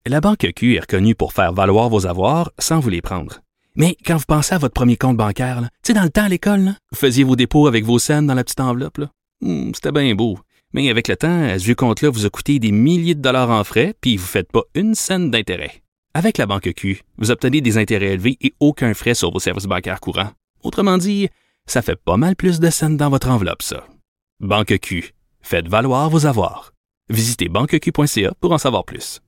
La Banque Q est reconnue pour faire valoir vos avoirs sans vous les prendre. Mais quand vous pensez à votre premier compte bancaire, tu sais, dans le temps à l'école, là, vous faisiez vos dépôts avec vos scènes dans la petite enveloppe. Là. C'était bien beau. Mais avec le temps, ce vieux compte-là vous a coûté des milliers de dollars en frais, puis vous ne faites pas une scène d'intérêt. Avec la Banque Q, vous obtenez des intérêts élevés et aucun frais sur vos services bancaires courants. Autrement dit, ça fait pas mal plus de scènes dans votre enveloppe, ça. Banque Q. Faites valoir vos avoirs. Visitez banqueq.ca pour en savoir plus.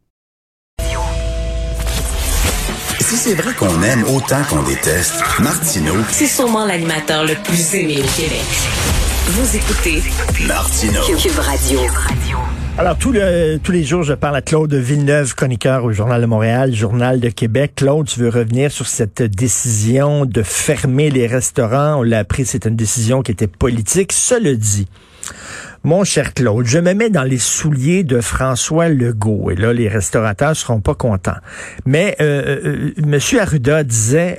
Si c'est vrai qu'on aime autant qu'on déteste, Martineau, c'est sûrement l'animateur le plus aimé au Québec. Vous écoutez Martineau. Cube Radio. Alors, tous les jours, je parle à Claude Villeneuve, chroniqueur au Journal de Montréal, Journal de Québec. Claude, tu veux revenir sur cette décision de fermer les restaurants. On l'a appris, c'est une décision qui était politique. Cela dit, mon cher Claude, je me mets dans les souliers de François Legault. Et là, les restaurateurs seront pas contents. Mais Monsieur Arruda disait...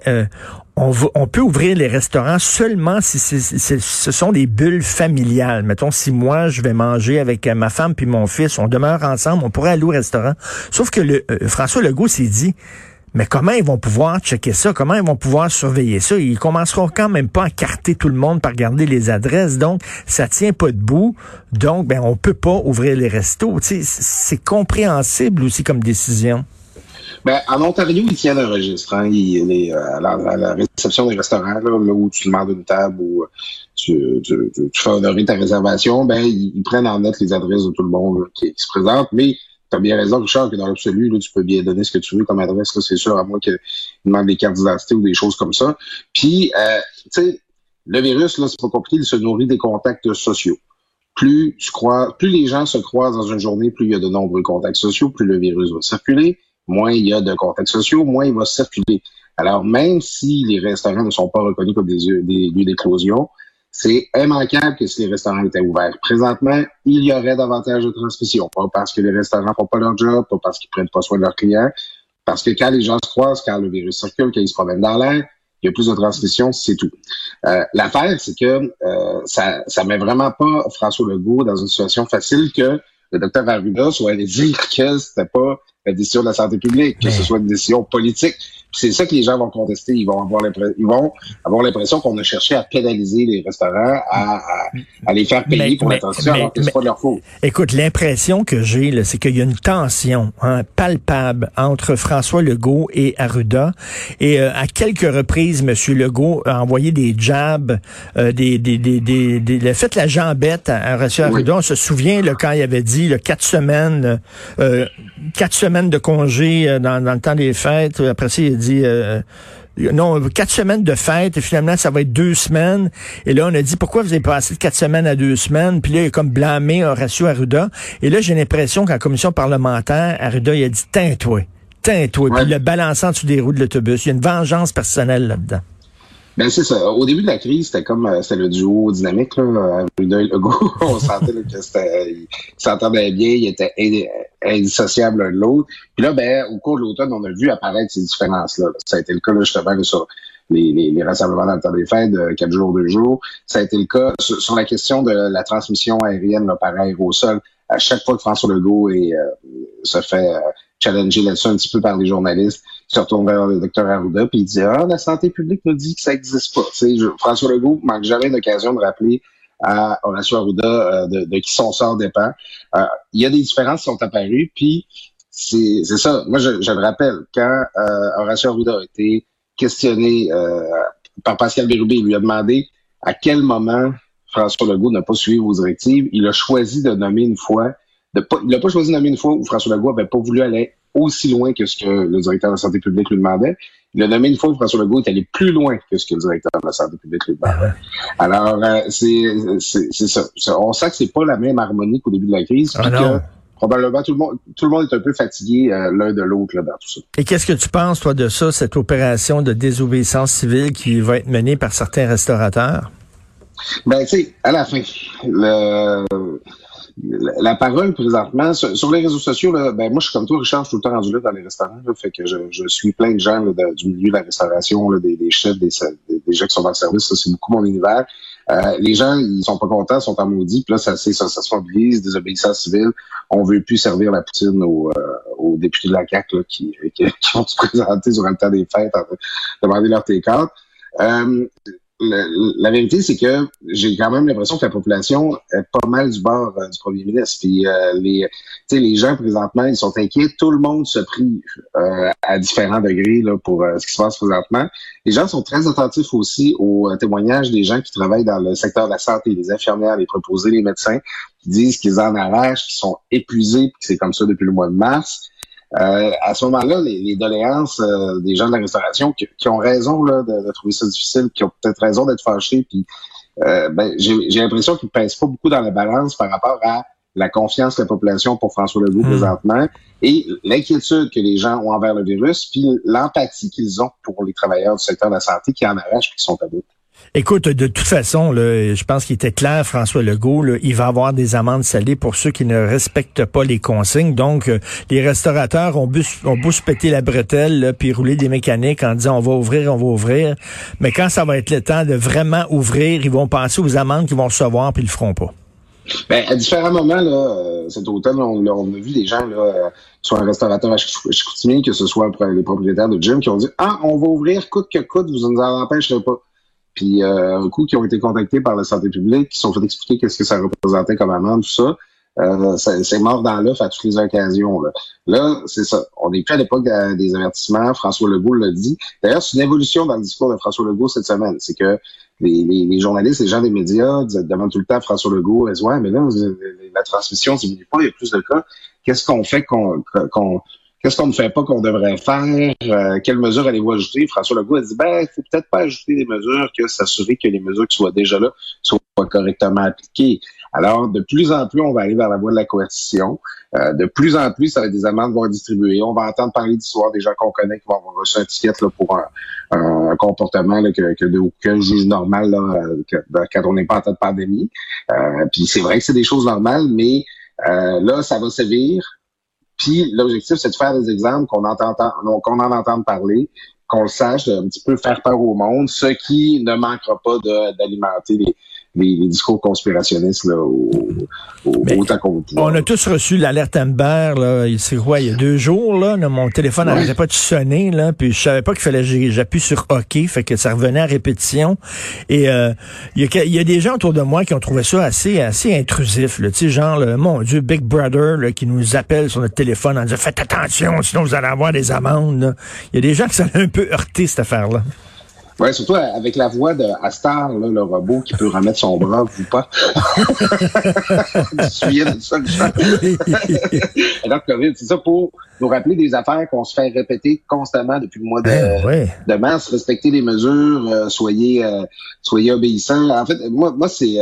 On peut ouvrir les restaurants seulement si ce sont des bulles familiales. Mettons, si moi, je vais manger avec ma femme puis mon fils, on demeure ensemble, on pourrait aller au restaurant. Sauf que François Legault s'est dit, mais comment ils vont pouvoir checker ça? Comment ils vont pouvoir surveiller ça? Ils commenceront quand même pas à carter tout le monde par regarder les adresses. Donc, ça tient pas debout. Donc, on peut pas ouvrir les restos. Tu sais, c'est compréhensible aussi comme décision. En Ontario, ils tiennent un registre. Hein. À la réception des restaurants, là où tu demandes une table ou tu fais honorer ta réservation, ils prennent en note les adresses de tout le monde là, qui se présente. Mais tu as bien raison, Richard, que dans l'absolu, là, tu peux bien donner ce que tu veux comme adresse. Là, c'est sûr, à moins qu'ils demandent des cartes d'identité ou des choses comme ça. Puis, tu sais, le virus, là, c'est pas compliqué, il se nourrit des contacts sociaux. Plus les gens se croisent dans une journée, plus il y a de nombreux contacts sociaux, plus le virus va circuler. Moins il y a de contacts sociaux, moins il va circuler. Alors, même si les restaurants ne sont pas reconnus comme des lieux d'éclosion, c'est immanquable que si les restaurants étaient ouverts. Présentement, il y aurait davantage de transmission. Pas parce que les restaurants font pas leur job, pas parce qu'ils prennent pas soin de leurs clients, parce que quand les gens se croisent, quand le virus circule, quand ils se promènent dans l'air, il y a plus de transmission, c'est tout. L'affaire, c'est que ça met vraiment pas François Legault dans une situation facile que le docteur Arruda soit allé dire que c'était pas la décision de la santé publique, que ce soit une décision politique. Puis c'est ça que les gens vont contester. Ils vont avoir l'impression qu'on a cherché à pénaliser les restaurants, à les faire payer pour la transition, alors que c'est pas de leur faute. Écoute, l'impression que j'ai, là, c'est qu'il y a une tension palpable entre François Legault et Arruda. Et à quelques reprises, M. Legault a envoyé des jabs, il a fait la jambette à Horacio Arruda. Oui. On se souvient là, quand il avait dit 4 semaines de congé dans le temps des fêtes. Après ça, il a dit 4 semaines de fête, et finalement, ça va être 2 semaines. Et là, on a dit, pourquoi vous avez passé de 4 semaines à 2 semaines? Puis là, il a comme blâmé Horacio Arruda. Et là, j'ai l'impression qu'en commission parlementaire, Arruda, il a dit, tain-toi. Ouais. Puis il l'a balancé en dessous des roues de l'autobus. Il y a une vengeance personnelle là-dedans. C'est ça. Au début de la crise, c'était le duo dynamique, là, Arruda et Legault. On sentait là, que ils s'entendaient bien, ils étaient indissociables l'un de l'autre. Puis là, au cours de l'automne, on a vu apparaître ces différences-là. Ça a été le cas, là, justement, là, sur les rassemblements dans le temps des fêtes, 4 jours, 2 jours. Ça a été le cas sur la question de la transmission aérienne là, par aérosol. À chaque fois que François Legault se fait challenger là-dessus un petit peu par les journalistes, il se retourne vers le docteur Arruda puis il dit la santé publique nous dit que ça n'existe pas. François Legault manque jamais d'occasion de rappeler à Horacio Arruda de qui son sort dépend. Il y a des différences qui sont apparues, puis c'est ça. Moi, je le rappelle, quand Horacio Arruda a été questionné par Pascal Bérubé, il lui a demandé à quel moment François Legault n'a pas suivi vos directives. Il a choisi de nommer une fois. Il n'a pas choisi de nommer une fois où François Legault n'avait pas voulu aller aussi loin que ce que le directeur de la santé publique lui demandait. Il a nommé une fois où François Legault est allé plus loin que ce que le directeur de la santé publique lui demandait. Alors, c'est ça. On sent que c'est pas la même harmonie qu'au début de la crise. Puis que probablement tout le monde est un peu fatigué l'un de l'autre là, dans tout ça. Et qu'est-ce que tu penses, toi, de ça, cette opération de désobéissance civile qui va être menée par certains restaurateurs? Tu sais, à la fin, la parole présentement sur les réseaux sociaux, là, moi je suis comme toi, Richard, je suis tout le temps rendu là dans les restaurants, là, fait que je suis plein de gens là, du milieu de la restauration, là, des chefs, des gens qui sont dans le service, ça c'est beaucoup mon univers. Les gens, ils sont pas contents, sont en maudit, puis là ça se mobilise, désobéissance civile, on veut plus servir la poutine aux aux députés de la CAQ là, qui vont se présenter durant le temps des fêtes en demander leur T4. La vérité, c'est que j'ai quand même l'impression que la population est pas mal du bord du premier ministre. Puis les gens présentement, ils sont inquiets. Tout le monde se prie à différents degrés là, pour ce qui se passe présentement. Les gens sont très attentifs aussi aux témoignages des gens qui travaillent dans le secteur de la santé, les infirmières, les préposés, les médecins, qui disent qu'ils en arrachent, qu'ils sont épuisés, puis que c'est comme ça depuis le mois de mars. À ce moment-là, les doléances des gens de la restauration qui ont raison là, de trouver ça difficile, qui ont peut-être raison d'être fâchés, puis j'ai l'impression qu'ils ne pèsent pas beaucoup dans la balance par rapport à la confiance de la population pour François Legault présentement et l'inquiétude que les gens ont envers le virus, puis l'empathie qu'ils ont pour les travailleurs du secteur de la santé qui en arrachent et qui sont à bout. Écoute, de toute façon, là, je pense qu'il était clair, François Legault, là, il va avoir des amendes salées pour ceux qui ne respectent pas les consignes. Donc, les restaurateurs ont beau se péter la bretelle, là, puis rouler des mécaniques en disant on va ouvrir. Mais quand ça va être le temps de vraiment ouvrir, ils vont penser aux amendes qu'ils vont recevoir, puis ils le feront pas. Ben, à différents moments, là, cet automne, on a vu des gens, là, soit un restaurateur à Chicoutimi, que ce soit les propriétaires de gym, qui ont dit « Ah, on va ouvrir coûte que coûte, vous ne nous en empêcherez pas. » Puis un coup, qui ont été contactés par la santé publique, qui se sont fait expliquer qu'est-ce que ça représentait comme amende, tout ça. C'est mort dans l'œuf à toutes les occasions. Là, c'est ça. On n'est plus à l'époque des avertissements. François Legault l'a dit. D'ailleurs, c'est une évolution dans le discours de François Legault cette semaine. C'est que les journalistes, les gens des médias demandent tout le temps à François Legault, ils disent, ouais, mais là, la transmission diminue pas, il y a plus de cas. Qu'est-ce qu'on fait qu'est-ce qu'on ne fait pas qu'on devrait faire? Quelles mesures allez-vous ajouter? François Legault a dit, il faut peut-être pas ajouter des mesures que s'assurer que les mesures qui soient déjà là soient correctement appliquées. Alors, de plus en plus, on va aller vers la voie de la coercition. De plus en plus, ça va être des amendes vont être distribuées. On va entendre parler d'histoires des gens qu'on connaît qui vont avoir reçu un ticket là, pour un comportement là, que juge normal là, quand on n'est pas en temps de pandémie. Puis c'est vrai que c'est des choses normales, mais là, ça va sévir. Puis l'objectif, c'est de faire des exemples qu'on en entende parler, qu'on le sache, un petit peu faire peur au monde, ce qui ne manquera pas d'alimenter les discours conspirationnistes là, autant qu'on peut. On a tous reçu l'alerte Amber, là, c'est quoi, il y a 2 jours, là, mon téléphone n'arrêtait pas de sonner, là, puis je savais pas qu'il fallait j'appuie sur OK, fait que ça revenait à répétition. Et il y a des gens autour de moi qui ont trouvé ça assez intrusif, là, tu sais, genre, mon Dieu, Big Brother, là, qui nous appelle sur notre téléphone en disant faites attention, sinon vous allez avoir des amendes. Là. Il y a des gens qui ça a un peu heurté cette affaire-là. Ouais, surtout avec la voix de Astar, là, le robot qui peut remettre son bras ou pas. Tu te souviens de ça, Alors, COVID, c'est ça pour nous rappeler des affaires qu'on se fait répéter constamment depuis le mois de mars. Respectez les mesures, soyez obéissants. En fait, moi, c'est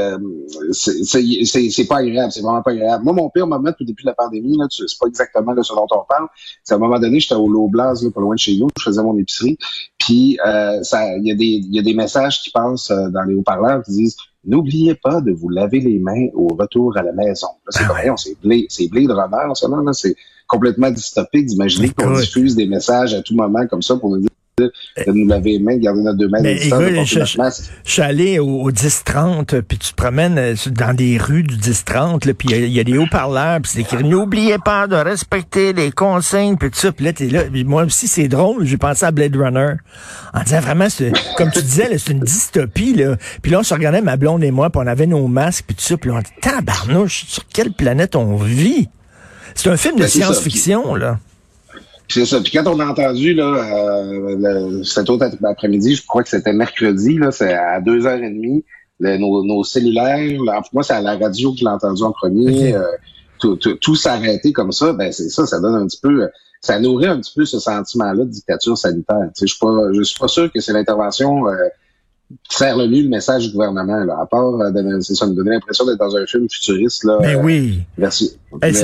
pas agréable, c'est vraiment pas agréable. Moi, mon pire moment depuis le début de la pandémie, là, c'est pas exactement là, ce dont on parle. C'est à un moment donné, j'étais au Loblaz, là, pas loin de chez nous, je faisais mon épicerie, puis il y a des messages qui passent dans les haut-parleurs qui disent n'oubliez pas de vous laver les mains au retour à la maison. Là, c'est Blade Runner, ça, là, c'est complètement dystopique d'imaginer qu'on diffuse des messages à tout moment comme ça pour nous dire de nous laver les mains, de garder notre 2 mètres de distance. Je suis allé au 10-30, puis tu te promènes dans des rues du 10-30, puis il y a des haut-parleurs, puis c'est écrit « N'oubliez pas de respecter les consignes », puis tout ça. Puis là, t'es là. Puis moi aussi, c'est drôle, j'ai pensé à Blade Runner. En disant vraiment, comme tu disais, là, c'est une dystopie. Là. Puis là, on se regardait, ma blonde et moi, puis on avait nos masques, puis tout ça, puis on dit « Tabarnouche, sur quelle planète on vit? » C'est un film de science-fiction, là. C'est ça. Puis quand on a entendu là cet autre après-midi, je crois que c'était mercredi, là, c'est à 2h30, nos cellulaires, là, moi c'est à la radio que je l'ai entendu en premier, tout s'arrêter comme ça, c'est ça, ça donne un petit peu, ça nourrit un petit peu ce sentiment-là de dictature sanitaire. Je suis pas sûr que c'est l'intervention qui sert le mieux le message du gouvernement, là, à part c'est ça, me donner l'impression d'être dans un film futuriste là. Mais oui. Merci.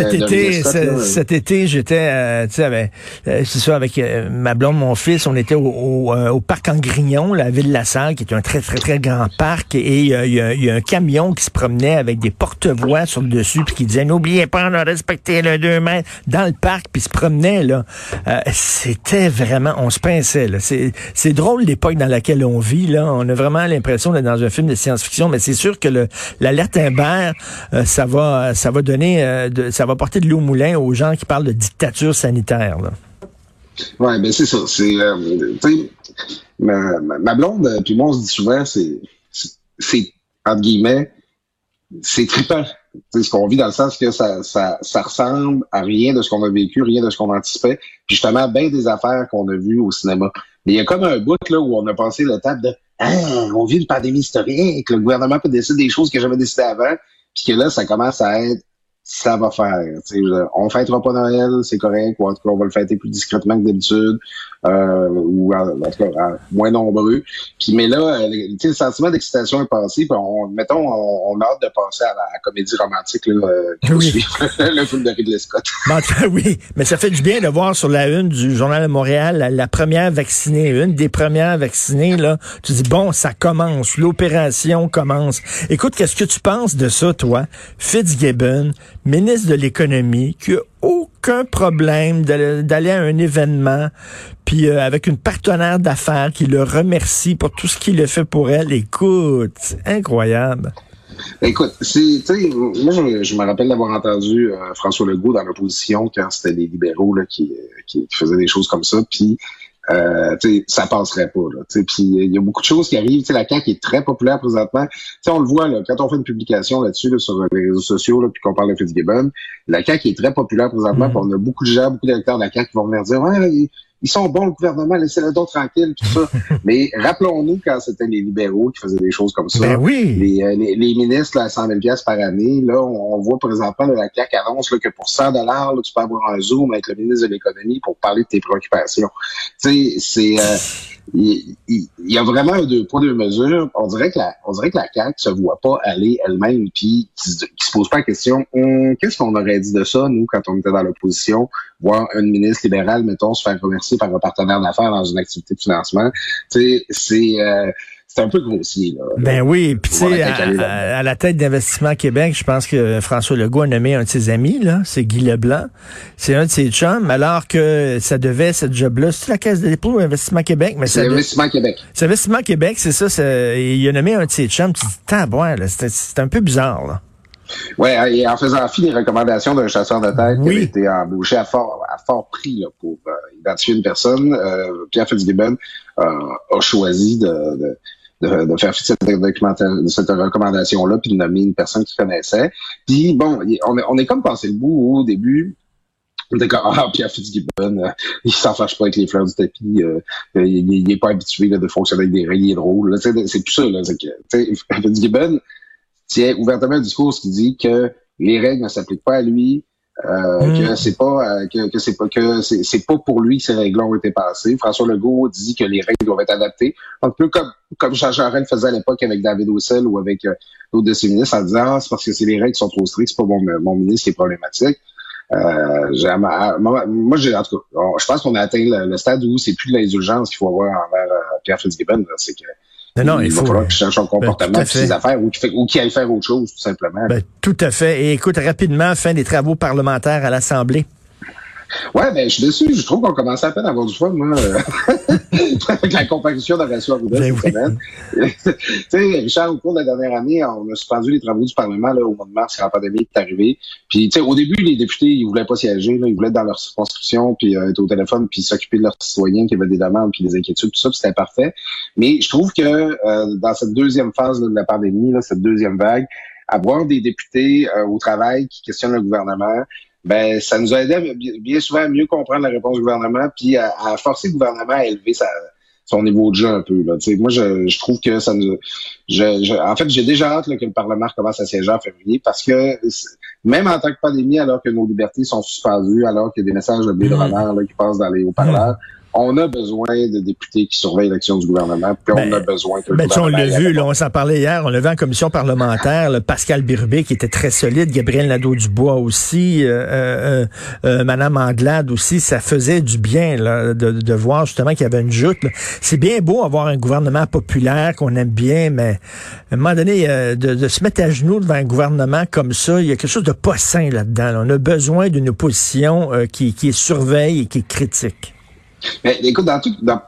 Cet été, j'étais, c'est ça, avec ma blonde, mon fils, on était au parc Angrignon, la ville La Salle, qui est un très, très, très grand parc, et il y a un camion qui se promenait avec des porte-voix sur le dessus, puis qui disait, n'oubliez pas de respecter le 2 mètres dans le parc, puis se promenait, là. C'était vraiment, on se pinçait, là. C'est drôle l'époque dans laquelle on vit, là. On a vraiment l'impression d'être dans un film de science-fiction, mais c'est sûr que l'alerte Imbert, ça va donner, ça va porter de l'eau au moulin aux gens qui parlent de dictature sanitaire, là. Ouais, ben c'est ça. C'est, tu sais, ma blonde, puis moi, on se dit souvent, c'est entre guillemets, c'est trippant. C'est ce qu'on vit dans le sens que ça ressemble à rien de ce qu'on a vécu, rien de ce qu'on anticipait. Puis justement, bien des affaires qu'on a vues au cinéma. Mais il y a comme un bout là où on a passé le temps de on vit une pandémie historique, le gouvernement peut décider des choses que j'avais décidées avant, puis que là, ça commence à être ça va faire. On fêtera pas Noël, c'est correct, ou en tout cas, on va le fêter plus discrètement que d'habitude, ou en tout cas moins nombreux. Puis mais là, le sentiment d'excitation est passé, puis on a hâte de passer à la comédie romantique là, qui va suivre le film de Ridley Scott. Oui, mais ça fait du bien de voir sur la une du Journal de Montréal la première vaccinée, une des premières vaccinées, là. Tu dis, bon, ça commence, l'opération commence. Écoute, qu'est-ce que tu penses de ça, toi? Fitzgibbon, ministre de l'économie, qui a aucun problème d'aller à un événement, puis avec une partenaire d'affaires qui le remercie pour tout ce qu'il a fait pour elle. Écoute, c'est incroyable. Écoute, tu sais, moi je me rappelle d'avoir entendu François Legault dans l'opposition quand c'était les libéraux là qui faisaient des choses comme ça, puis ça passerait pas là. Puis il y a beaucoup de choses qui arrivent. La CAQ est très populaire présentement. On le voit là, quand on fait une publication là-dessus là, sur les réseaux sociaux là, puis qu'on parle de Fitzgibbon, la CAQ est très populaire présentement. Puis on a beaucoup de gens, beaucoup d'électeurs de la CAQ qui vont venir dire ouais, ils sont bons le gouvernement, laissez-le donc tranquille, tout ça. Mais rappelons-nous quand c'était les libéraux qui faisaient des choses comme ça. Ben oui. Les ministres là, à 100 000 $ par année, là, on voit présentement là, la CAQ annonce là, que pour 100 $, là, tu peux avoir un Zoom avec le ministre de l'économie pour parler de tes préoccupations. Tu sais, il y a vraiment un 2 poids 2 mesures. On dirait que la CAQ se voit pas aller elle-même, puis qui se pose pas la question qu'est-ce qu'on aurait dit de ça nous quand on était dans l'opposition, voir un ministre libéral mettons se faire remercier par un partenaire d'affaires dans une activité de financement. Tu sais, c'est un peu grossier, là. Ben oui, puis tu sais, à la tête d'Investissement Québec, je pense que François Legault a nommé un de ses amis, là, c'est Guy Leblanc. C'est un de ses chums, alors que ça devait, cette job-là, c'est la Caisse de dépôt ou Investissement Québec? Mais c'est Investissement Québec. C'est Investissement Québec, c'est ça, il a nommé un de ses chums, tu te dis, tabouin, là, c'est un peu bizarre, là. Ouais, et en faisant fi des recommandations d'un chasseur de tête qui avait été embauché à fort prix là, pour identifier une personne, Pierre Fitzgibbon a choisi de faire cette recommandation-là, puis de nommer une personne qu'il connaissait. Puis bon, on est comme passé le bout au début. On était comme Pierre Fitzgibbon, il s'en fâche pas avec les fleurs du tapis, il est pas habitué là, de fonctionner avec des règles drôles. Là, c'est tout ça, là. C'est que Fitzgibbon tient ouvertement un discours qui dit que les règles ne s'appliquent pas à lui, que c'est pas pour lui que ces règles ont été passées. François Legault dit que les règles doivent être adaptées. Un peu comme Jean Charest le faisait à l'époque avec David Hossel ou avec d'autres de ses ministres en disant c'est parce que c'est les règles qui sont trop strictes, c'est pas mon ministre qui est problématique. Moi, en tout cas, je pense qu'on a atteint le stade où c'est plus de l'indulgence qu'il faut avoir envers Pierre Fitzgibbon. C'est que il faut falloir qu'il change son comportement, ses affaires, ou qu'il aille faire autre chose, tout simplement. Ben, tout à fait. Et écoute, rapidement, fin des travaux parlementaires à l'Assemblée. Ouais, ben, je suis déçu. Je trouve qu'on commençait à peine à avoir du fun, moi, avec la comparution d'Horacio Arruda cette semaine. Tu sais, Richard, au cours de la dernière année, on a suspendu les travaux du Parlement, là, au mois de mars, quand la pandémie est arrivée. Puis, tu sais, au début, les députés, ils voulaient pas siéger, là. Ils voulaient être dans leur circonscription, puis être au téléphone, puis s'occuper de leurs citoyens qui avaient des demandes, puis des inquiétudes, tout ça, puis c'était parfait. Mais je trouve que, dans cette deuxième phase, là, de la pandémie, là, cette deuxième vague, avoir des députés au travail qui questionnent le gouvernement, ben ça nous a aidé bien souvent à mieux comprendre la réponse du gouvernement, puis à forcer le gouvernement à élever son niveau de jeu un peu. Là. Moi, je trouve que ça nous... en fait, j'ai déjà hâte là, que le Parlement recommence à siéger en février, parce que même en tant que pandémie, alors que nos libertés sont suspendues, alors qu'il y a des messages de blé de renard là, qui passent dans les haut-parleurs, on a besoin de députés qui surveillent l'action du gouvernement, puis on a besoin que le gouvernement... on l'a vu, là, on s'en parlait hier, on l'a vu en commission parlementaire, là, Pascal Birubé qui était très solide, Gabriel Nadeau-Dubois aussi, Madame Anglade aussi, ça faisait du bien là, de voir justement qu'il y avait une joute. Là. C'est bien beau avoir un gouvernement populaire qu'on aime bien, mais à un moment donné, de se mettre à genoux devant un gouvernement comme ça, il y a quelque chose de pas sain là-dedans. Là. On a besoin d'une opposition qui surveille et qui critique. Mais écoute, dans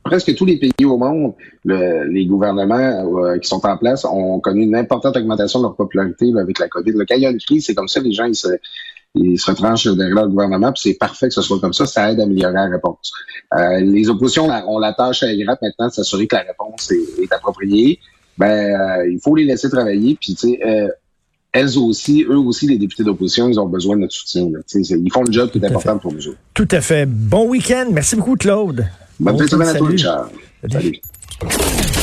presque tous les pays au monde, les gouvernements qui sont en place ont connu une importante augmentation de leur popularité là, avec la COVID. Là, quand il y a une crise, c'est comme ça, les gens ils se retranchent derrière le gouvernement, puis c'est parfait que ce soit comme ça aide à améliorer la réponse. Les oppositions ont la tâche ingrate maintenant de s'assurer que la réponse est appropriée. Il faut les laisser travailler, puis tu sais, eux aussi, les députés d'opposition, ils ont besoin de notre soutien. Là. Ils font le job qui est important pour nous autres. Tout à fait. Bon week-end. Merci beaucoup, Claude. Bonne fin de semaine à toi, Richard. Salut.